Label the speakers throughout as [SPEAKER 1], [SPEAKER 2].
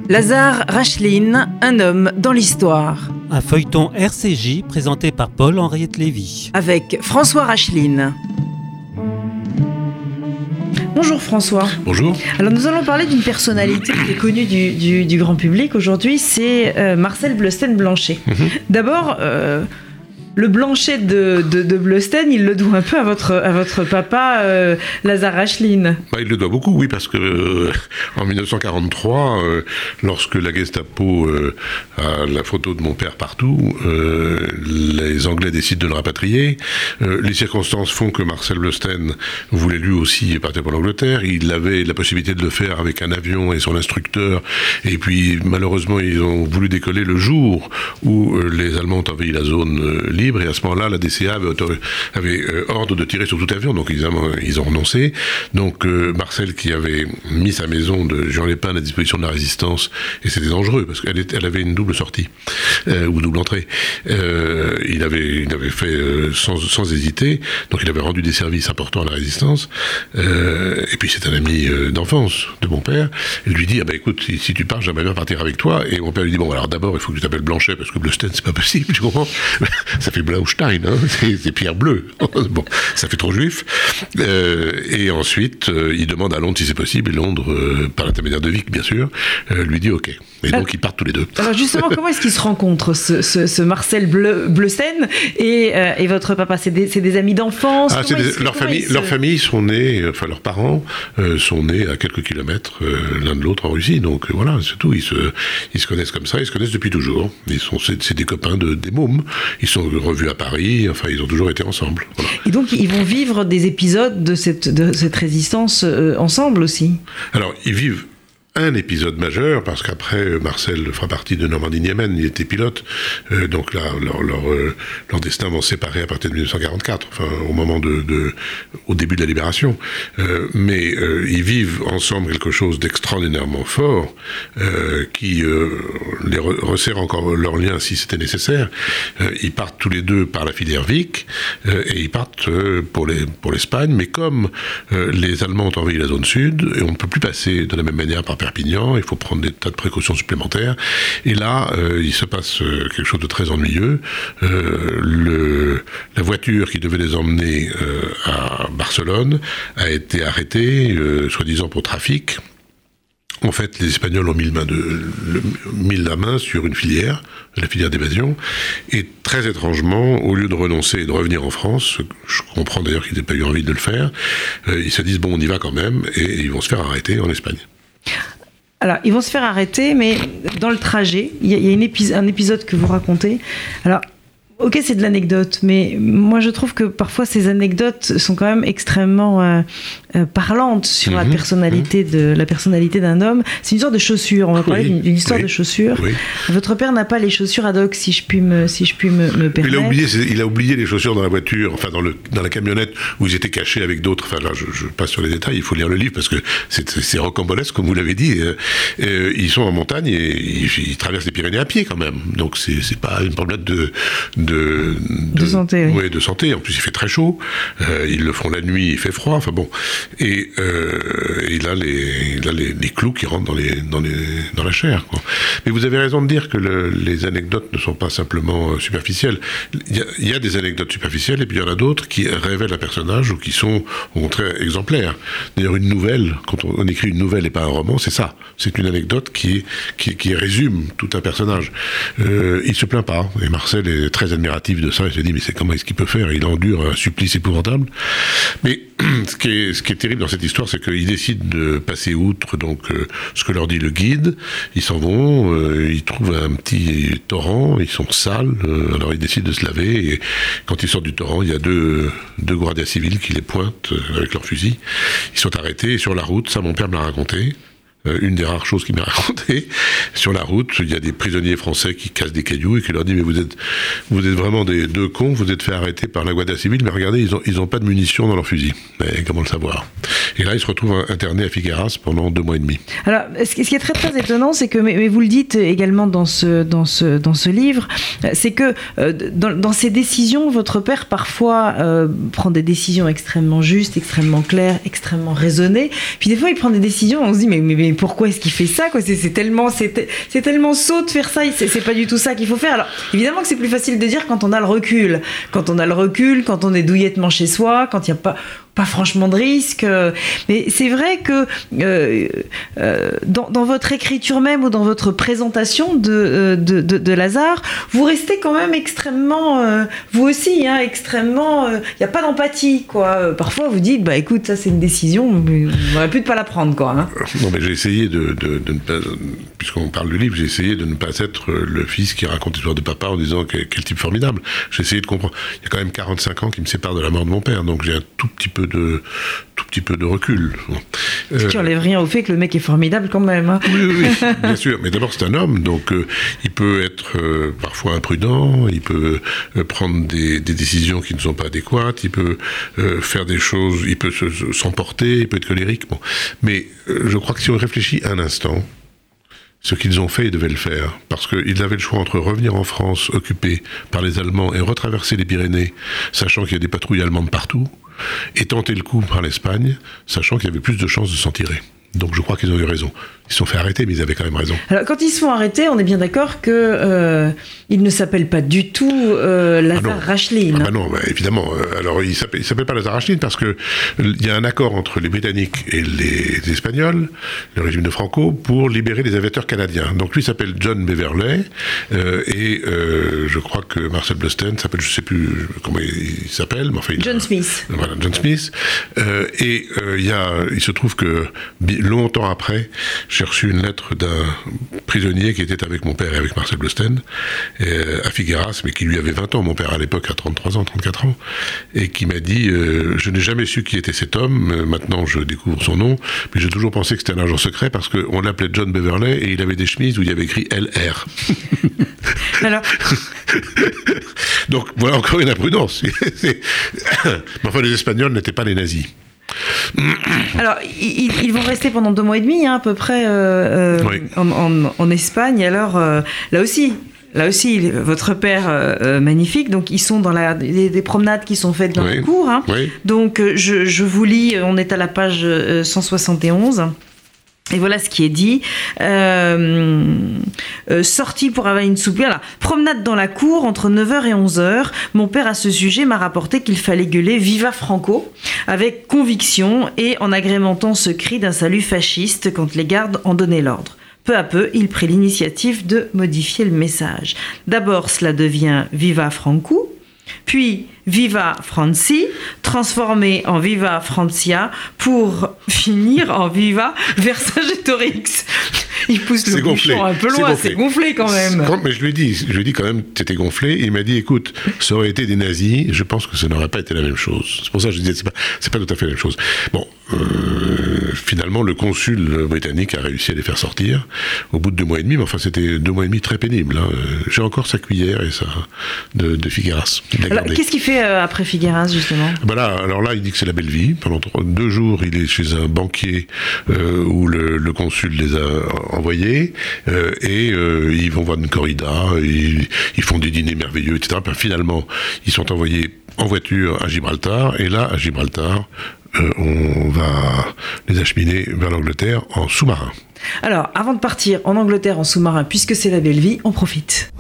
[SPEAKER 1] Lazare Rachline, un homme dans l'histoire.
[SPEAKER 2] Un feuilleton RCJ présenté par Paul-Henriette Lévy.
[SPEAKER 1] Avec François Rachline. Bonjour François.
[SPEAKER 3] Bonjour.
[SPEAKER 1] Alors nous allons parler d'une personnalité qui est connue du grand public aujourd'hui, c'est Marcel Bleustein-Blanchet. D'abord, le Blanchet de Bleustein, il le doit un peu à votre papa Lazare Rachline.
[SPEAKER 3] Il le doit beaucoup, oui, parce que en 1943, lorsque la Gestapo a la photo de mon père partout, les Anglais décident de le rapatrier. Les circonstances font que Marcel Bleustein voulait lui aussi partir pour l'Angleterre. Il avait la possibilité de le faire avec un avion et son instructeur. Et puis, malheureusement, ils ont voulu décoller le jour où les Allemands ont envahi la zone libre. Et à ce moment-là, la DCA avait ordre de tirer sur tout avion, donc ils ont renoncé. Donc Marcel, qui avait mis sa maison de Jean Lépin à la disposition de la résistance, et c'était dangereux, parce qu'elle avait une double sortie, ou double entrée, il avait fait sans hésiter, donc il avait rendu des services importants à la résistance, et puis c'est un ami d'enfance de mon père. Il lui dit, écoute, si tu pars, j'aimerais bien partir avec toi. Et mon père lui dit, alors d'abord, il faut que tu t'appelles Blanchet, parce que Bleustein, c'est pas possible, tu comprends? Ça fait Blaustein, c'est pierre bleue. Bon, ça fait trop juif. Et ensuite, il demande à Londres si c'est possible, et Londres, par l'intermédiaire de Vic, bien sûr, lui dit OK. Et donc, ils partent tous les deux.
[SPEAKER 1] Alors justement, comment est-ce qu'ils se rencontrent, ce Marcel Bleustein et votre papa? C'est des amis d'enfance?
[SPEAKER 3] Leurs familles sont nées, leurs parents sont nés à quelques kilomètres l'un de l'autre en Russie. Donc voilà, c'est tout. Ils se connaissent comme ça, ils se connaissent depuis toujours. C'est des copains des mômes. Ils sont revus à Paris, ils ont toujours été ensemble. Voilà.
[SPEAKER 1] Et donc, ils vont vivre des épisodes de cette résistance ensemble aussi? Alors,
[SPEAKER 3] ils vivent un épisode majeur, parce qu'après, Marcel fera partie de Normandie-Niemen, il était pilote, donc là, leur destin vont se séparer à partir de 1944, au début de la libération. Mais ils vivent ensemble quelque chose d'extraordinairement fort, qui les resserre encore leur lien si c'était nécessaire. Ils partent tous les deux par la filière Vic, et ils partent pour l'Espagne, mais comme les Allemands ont envahi la zone sud, et on ne peut plus passer de la même manière par Perpignan, il faut prendre des tas de précautions supplémentaires. Et là, il se passe quelque chose de très ennuyeux. La voiture qui devait les emmener à Barcelone a été arrêtée, soi-disant pour trafic. En fait, les Espagnols ont mis la main sur une filière, la filière d'évasion, et très étrangement, au lieu de renoncer et de revenir en France, je comprends d'ailleurs qu'ils n'aient pas eu envie de le faire, ils se disent, on y va quand même, et ils vont se faire arrêter en Espagne.
[SPEAKER 1] Alors, ils vont se faire arrêter, mais dans le trajet, il y a un épisode que vous racontez. Alors, ok, c'est de l'anecdote, mais moi je trouve que parfois ces anecdotes sont quand même extrêmement parlantes sur la personnalité d'un homme. C'est une sorte de chaussure. On va parler d'une histoire de chaussures. Oui. Votre père n'a pas les chaussures ad hoc, si je puis me permettre.
[SPEAKER 3] Il a oublié les chaussures dans la voiture, dans la camionnette où ils étaient cachés avec d'autres. Là, je passe sur les détails. Il faut lire le livre parce que c'est rocambolesque, comme vous l'avez dit. Ils sont en montagne et ils traversent les Pyrénées à pied quand même. Donc c'est pas une problème de
[SPEAKER 1] santé. Oui.
[SPEAKER 3] Oui, de santé. En plus, il fait très chaud. Ils le font la nuit, il fait froid. Et là, les clous qui rentrent dans la chair, quoi. Mais vous avez raison de dire que les anecdotes ne sont pas simplement superficielles. Il y a des anecdotes superficielles et puis il y en a d'autres qui révèlent un personnage ou qui sont au contraire exemplaires. D'ailleurs, une nouvelle, quand on écrit une nouvelle et pas un roman, c'est ça. C'est une anecdote qui résume tout un personnage. Il se plaint pas. Et Marcel est très admiratif de ça. Il se dit, mais comment est-ce qu'il peut faire? Il endure un supplice épouvantable. Mais ce qui est terrible dans cette histoire, c'est qu'ils décident de passer outre ce que leur dit le guide. Ils s'en vont, ils trouvent un petit torrent, ils sont sales, alors ils décident de se laver. Et quand ils sortent du torrent, il y a deux guardias civils qui les pointent avec leurs fusils. Ils sont arrêtés et sur la route, ça mon père me l'a raconté. Une des rares choses qu'il m'a raconté. Sur la route, il y a des prisonniers français qui cassent des cailloux et qui leur disent, mais vous êtes vraiment des deux cons, vous êtes fait arrêter par la Guardia Civile, mais regardez, ils ont pas de munitions dans leurs fusils. Mais comment le savoir? Et là, il se retrouve interné à Figueras pendant 2 mois et demi.
[SPEAKER 1] Alors, ce qui est très très étonnant, c'est que, mais vous le dites également dans ce livre, c'est que dans ses décisions, votre père parfois prend des décisions extrêmement justes, extrêmement claires, extrêmement raisonnées. Puis des fois, il prend des décisions, on se dit mais pourquoi est-ce qu'il fait ça, quoi ? C'est tellement sot de faire ça. C'est pas du tout ça qu'il faut faire. Alors évidemment que c'est plus facile de dire quand on a le recul, quand on est douillettement chez soi, quand il n'y a pas franchement de risque. Mais c'est vrai que dans votre écriture même ou dans votre présentation de Lazare, vous restez quand même extrêmement, vous aussi, extrêmement, il n'y a pas d'empathie, quoi. Parfois vous dites, écoute, ça c'est une décision, mais on aurait pu de pas la prendre, quoi. Hein.
[SPEAKER 3] Non, mais j'ai essayé de ne pas, puisqu'on parle du livre, j'ai essayé de ne pas être le fils qui raconte l'histoire de papa en disant quel type formidable. J'ai essayé de comprendre. Il y a quand même 45 ans qui me séparent de la mort de mon père, donc j'ai un tout petit peu de recul.
[SPEAKER 1] Ce qui enlève rien au fait que le mec est formidable quand même. Hein.
[SPEAKER 3] Oui, bien sûr. Mais d'abord, c'est un homme, donc il peut être parfois imprudent, il peut prendre des décisions qui ne sont pas adéquates, il peut faire des choses, il peut s'emporter, il peut être colérique. Bon. Mais je crois que si on réfléchit un instant, ce qu'ils ont fait, ils devaient le faire. Parce qu'ils avaient le choix entre revenir en France, occupés par les Allemands, et retraverser les Pyrénées, sachant qu'il y a des patrouilles allemandes partout, et tenter le coup par l'Espagne, sachant qu'il y avait plus de chances de s'en tirer. Donc je crois qu'ils ont eu raison. Ils se sont fait arrêter, mais ils avaient quand même raison.
[SPEAKER 1] Alors quand ils se font arrêter, on est bien d'accord que il ne s'appelle pas du tout Lazare Rachline.
[SPEAKER 3] Non, évidemment. Alors il s'appelle pas Lazare Rachline parce que il y a un accord entre les Britanniques et les Espagnols, le régime de Franco, pour libérer les aviateurs canadiens. Donc lui s'appelle John Beverley et je crois que Marcel Bleustein s'appelle, je sais plus comment il s'appelle, mais enfin
[SPEAKER 1] John Smith.
[SPEAKER 3] Voilà, John Smith. Il se trouve que longtemps après, j'ai reçu une lettre d'un prisonnier qui était avec mon père et avec Marcel Bleustein à Figueras, mais qui lui avait 20 ans, mon père à l'époque a 33 ans, 34 ans, et qui m'a dit je n'ai jamais su qui était cet homme, maintenant je découvre son nom, mais j'ai toujours pensé que c'était un agent secret parce qu'on l'appelait John Beverley et il avait des chemises où il y avait écrit LR.
[SPEAKER 1] Alors...
[SPEAKER 3] Donc voilà encore une imprudence. Mais enfin, les Espagnols n'étaient pas les nazis.
[SPEAKER 1] Alors, ils vont rester pendant 2 mois et demi, à peu près, oui. en Espagne. Alors, là aussi, votre père magnifique. Donc, ils sont dans des promenades qui sont faites dans la cour. Hein.
[SPEAKER 3] Oui.
[SPEAKER 1] Donc, je vous lis, on est à la page 171. Et voilà ce qui est dit. Sorti pour avaler une soupe. Voilà. Promenade dans la cour entre 9h et 11h. Mon père, à ce sujet, m'a rapporté qu'il fallait gueuler « Viva Franco !» avec conviction et en agrémentant ce cri d'un salut fasciste quand les gardes en donnaient l'ordre. Peu à peu, il prit l'initiative de modifier le message. D'abord, cela devient « Viva Franco !» puis Viva Franci, transformé en Viva Francia, pour finir en Viva Vercingétorix. Il pousse le bouchon un peu loin, c'est gonflé quand même.
[SPEAKER 3] Mais je lui ai dit quand même, t'étais gonflé, et il m'a dit, écoute, ça aurait été des nazis, je pense que ça n'aurait pas été la même chose. C'est pour ça que je disais, c'est pas tout à fait la même chose. Bon, finalement, le consul britannique a réussi à les faire sortir au bout de 2 mois et demi, mais enfin, c'était 2 mois et demi très pénibles. Hein. J'ai encore sa cuillère et ça de Figueras.
[SPEAKER 1] Alors, qu'est-ce qu'il fait après Figueras, justement ?
[SPEAKER 3] Alors là, il dit que c'est la belle vie. Pendant 2 jours, il est chez un banquier où le consul les a envoyés et ils vont voir une corrida, ils font des dîners merveilleux, etc. Puis finalement, ils sont envoyés en voiture à Gibraltar, et là, à Gibraltar, on va les acheminer vers l'Angleterre en sous-marin.
[SPEAKER 1] Alors, avant de partir en Angleterre en sous-marin, puisque c'est la belle vie, on profite.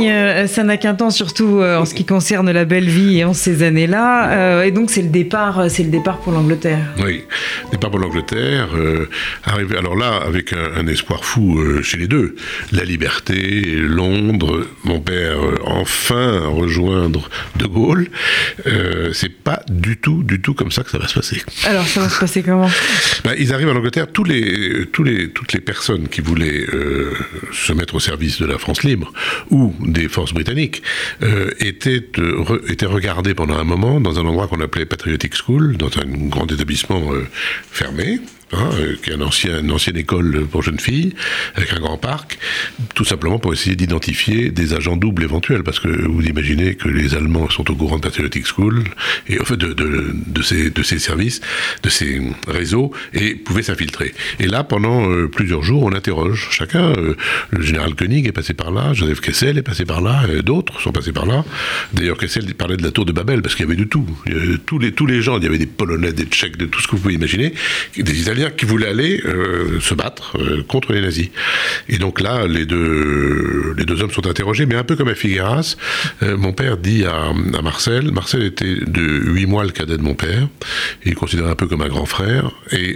[SPEAKER 1] règne, ça n'a qu'un temps, surtout en ce qui concerne la belle vie et en ces années-là. Et donc c'est le départ pour l'Angleterre.
[SPEAKER 3] Oui, départ pour l'Angleterre. Arrivé, alors là, avec un espoir fou chez les deux. La liberté, Londres, mon père enfin rejoindre De Gaulle. C'est pas du tout comme ça que ça va se passer.
[SPEAKER 1] Alors ça va se passer comment ?
[SPEAKER 3] Ils arrivent en Angleterre, toutes les personnes qui voulaient se mettre au service de la France libre ou des forces britanniques étaient regardées pendant un moment dans un endroit qu'on appelait Patriotic School, dans un grand établissement fermé. Qui est une ancienne école pour jeunes filles, avec un grand parc, tout simplement pour essayer d'identifier des agents doubles éventuels, parce que vous imaginez que les Allemands sont au courant de Patriotic School, et en fait de ces services, de ces réseaux, et pouvaient s'infiltrer. Et là, pendant plusieurs jours, on interroge chacun. Le général Koenig est passé par là, Joseph Kessel est passé par là, et d'autres sont passés par là. D'ailleurs, Kessel parlait de la tour de Babel, parce qu'il y avait de tout. Tous les gens, il y avait des Polonais, des Tchèques, de tout ce que vous pouvez imaginer, des Italiens qui voulaient aller se battre contre les nazis. Et donc là, les deux hommes sont interrogés, mais un peu comme à Figueras. Mon père dit à Marcel était de 8 mois le cadet de mon père, et il considérait un peu comme un grand frère, et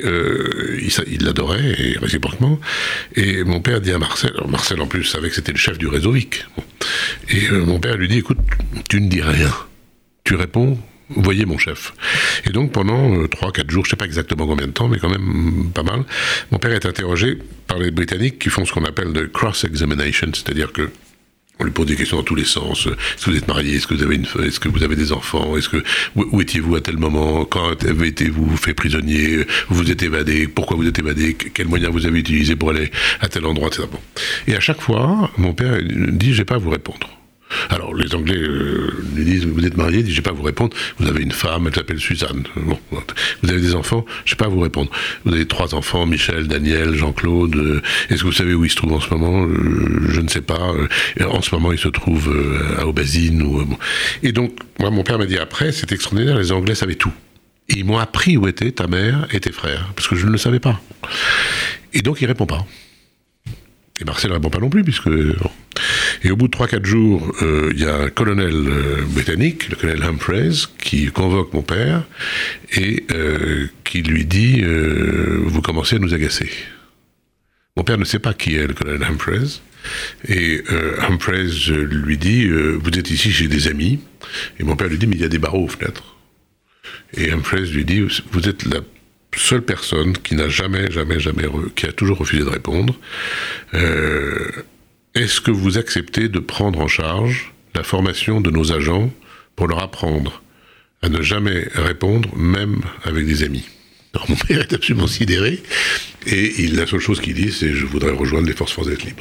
[SPEAKER 3] il l'adorait, et réciproquement. Et mon père dit à Marcel, alors Marcel en plus savait que c'était le chef du réseau Vic. Bon. Et mon père lui dit, écoute, tu ne dis rien, tu réponds, voyez mon chef. Et donc pendant 3-4 jours, je ne sais pas exactement combien de temps, mais quand même pas mal, mon père est interrogé par les Britanniques qui font ce qu'on appelle de cross-examination, c'est-à-dire que on lui pose des questions dans tous les sens. Est-ce que vous êtes marié ? Est-ce que vous avez des enfants ? Où étiez-vous à tel moment ? Quand avez-vous fait prisonnier ? Vous vous êtes évadé ? Pourquoi vous êtes évadé ? Quels moyens vous avez utilisés pour aller à tel endroit, etc. Bon. Et à chaque fois, mon père dit, je n'ai pas à vous répondre. Alors, les Anglais lui disent, vous êtes marié, il dit, je ne vais pas vous répondre, vous avez une femme, elle s'appelle Suzanne. Bon, vous avez des enfants, je ne vais pas vous répondre. Vous avez 3 enfants, Michel, Daniel, Jean-Claude, est-ce que vous savez où ils se trouvent en ce moment ? Je ne sais pas. En ce moment, ils se trouvent à Aubazine. Bon. Et donc, moi, mon père m'a dit après, c'est extraordinaire, les Anglais savaient tout. Et ils m'ont appris où étaient ta mère et tes frères, parce que je ne le savais pas. Et donc, il ne répond pas. Et Marcel ne répond pas non plus, puisque... Et au bout de 3-4 jours, il y a un colonel britannique, le colonel Humphreys, qui convoque mon père et qui lui dit vous commencez à nous agacer. Mon père ne sait pas qui est le colonel Humphreys. Et Humphreys lui dit vous êtes ici chez des amis. Et mon père lui dit mais il y a des barreaux aux fenêtres. Et Humphreys lui dit vous êtes la seule personne qui n'a jamais, qui a toujours refusé de répondre. Est-ce que vous acceptez de prendre en charge la formation de nos agents pour leur apprendre à ne jamais répondre, même avec des amis ? Alors mon père est absolument sidéré, et la seule chose qu'il dit, c'est « je voudrais rejoindre les forces françaises libres ».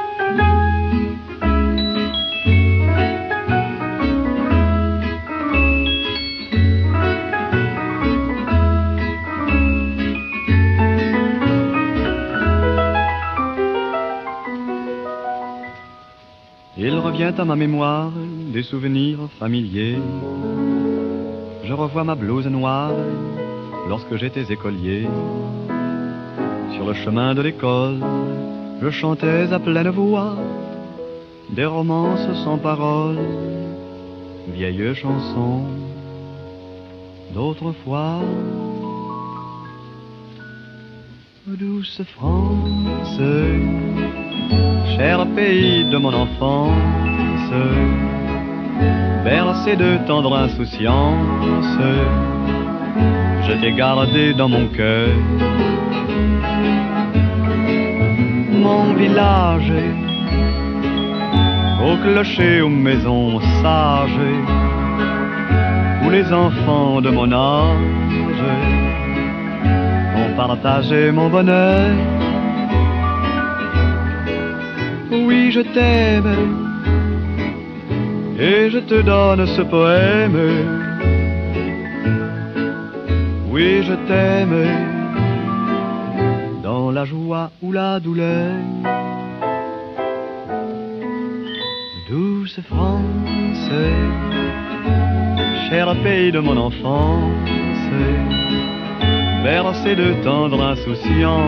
[SPEAKER 4] Il revient à ma mémoire des souvenirs familiers. Je revois ma blouse noire lorsque j'étais écolier. Sur le chemin de l'école, je chantais à pleine voix des romances sans paroles, vieilles chansons d'autrefois. Douce France, cher pays de mon enfance, bercé de tendre insouciance, je t'ai gardé dans mon cœur. Mon village, au clocher, aux maisons sages, où les enfants de mon âge ont partagé mon bonheur. Oui, je t'aime, et je te donne ce poème. Oui, je t'aime, dans la joie ou la douleur. Douce France, cher pays de mon enfance, bercé de tendre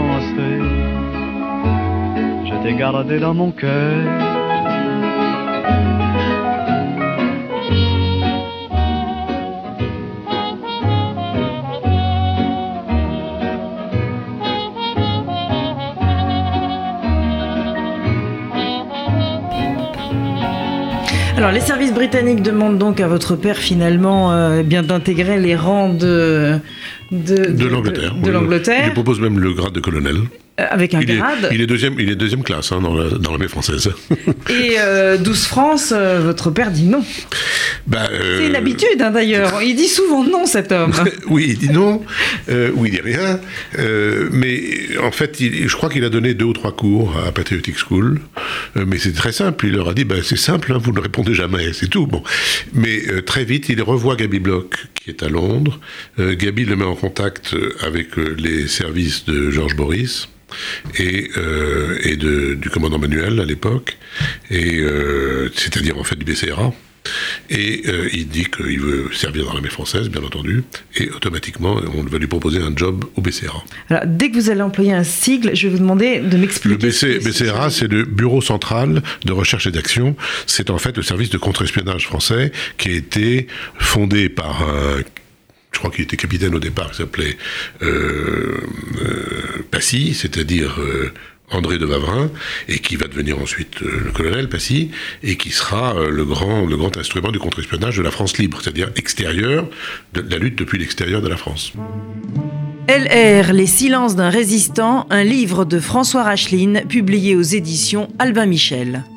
[SPEAKER 4] insouciance, je t'ai gardé dans mon cœur.
[SPEAKER 1] Alors, les services britanniques demandent donc à votre père, finalement, bien d'intégrer les rangs de
[SPEAKER 3] l'Angleterre.
[SPEAKER 1] De l'Angleterre.
[SPEAKER 3] Il lui propose même le grade de colonel.
[SPEAKER 1] Avec un grade.
[SPEAKER 3] Il est deuxième classe dans l'armée française.
[SPEAKER 1] Et 12 France, votre père dit non. C'est une habitude, d'ailleurs. Il dit souvent non, cet homme.
[SPEAKER 3] Oui, il dit non, ou il dit rien. Mais en fait, je crois qu'il a donné 2 ou 3 cours à Patriotic School. Mais c'est très simple. Il leur a dit, c'est simple, vous ne répondez jamais, c'est tout. Bon. Mais très vite, il revoit Gaby Bloch, qui est à Londres. Gaby le met en contact avec les services de Georges Boris. Et du commandant Manuel à l'époque, c'est-à-dire en fait du BCRA. Et il dit qu'il veut servir dans l'armée française, bien entendu, et automatiquement, on va lui proposer un job au BCRA.
[SPEAKER 1] Alors, dès que vous allez employer un sigle, je vais vous demander de m'expliquer.
[SPEAKER 3] Le BCRA, c'est le Bureau Central de Recherche et d'Action. C'est en fait le service de contre-espionnage français qui a été fondé par je crois qu'il était capitaine au départ, qui s'appelait Passy, c'est-à-dire André de Wavrin, et qui va devenir ensuite le colonel Passy, et qui sera le grand instrument du contre-espionnage de la France libre, c'est-à-dire extérieur, de la lutte depuis l'extérieur de la France.
[SPEAKER 1] LR, les silences d'un résistant, un livre de François Racheline, publié aux éditions Albin Michel.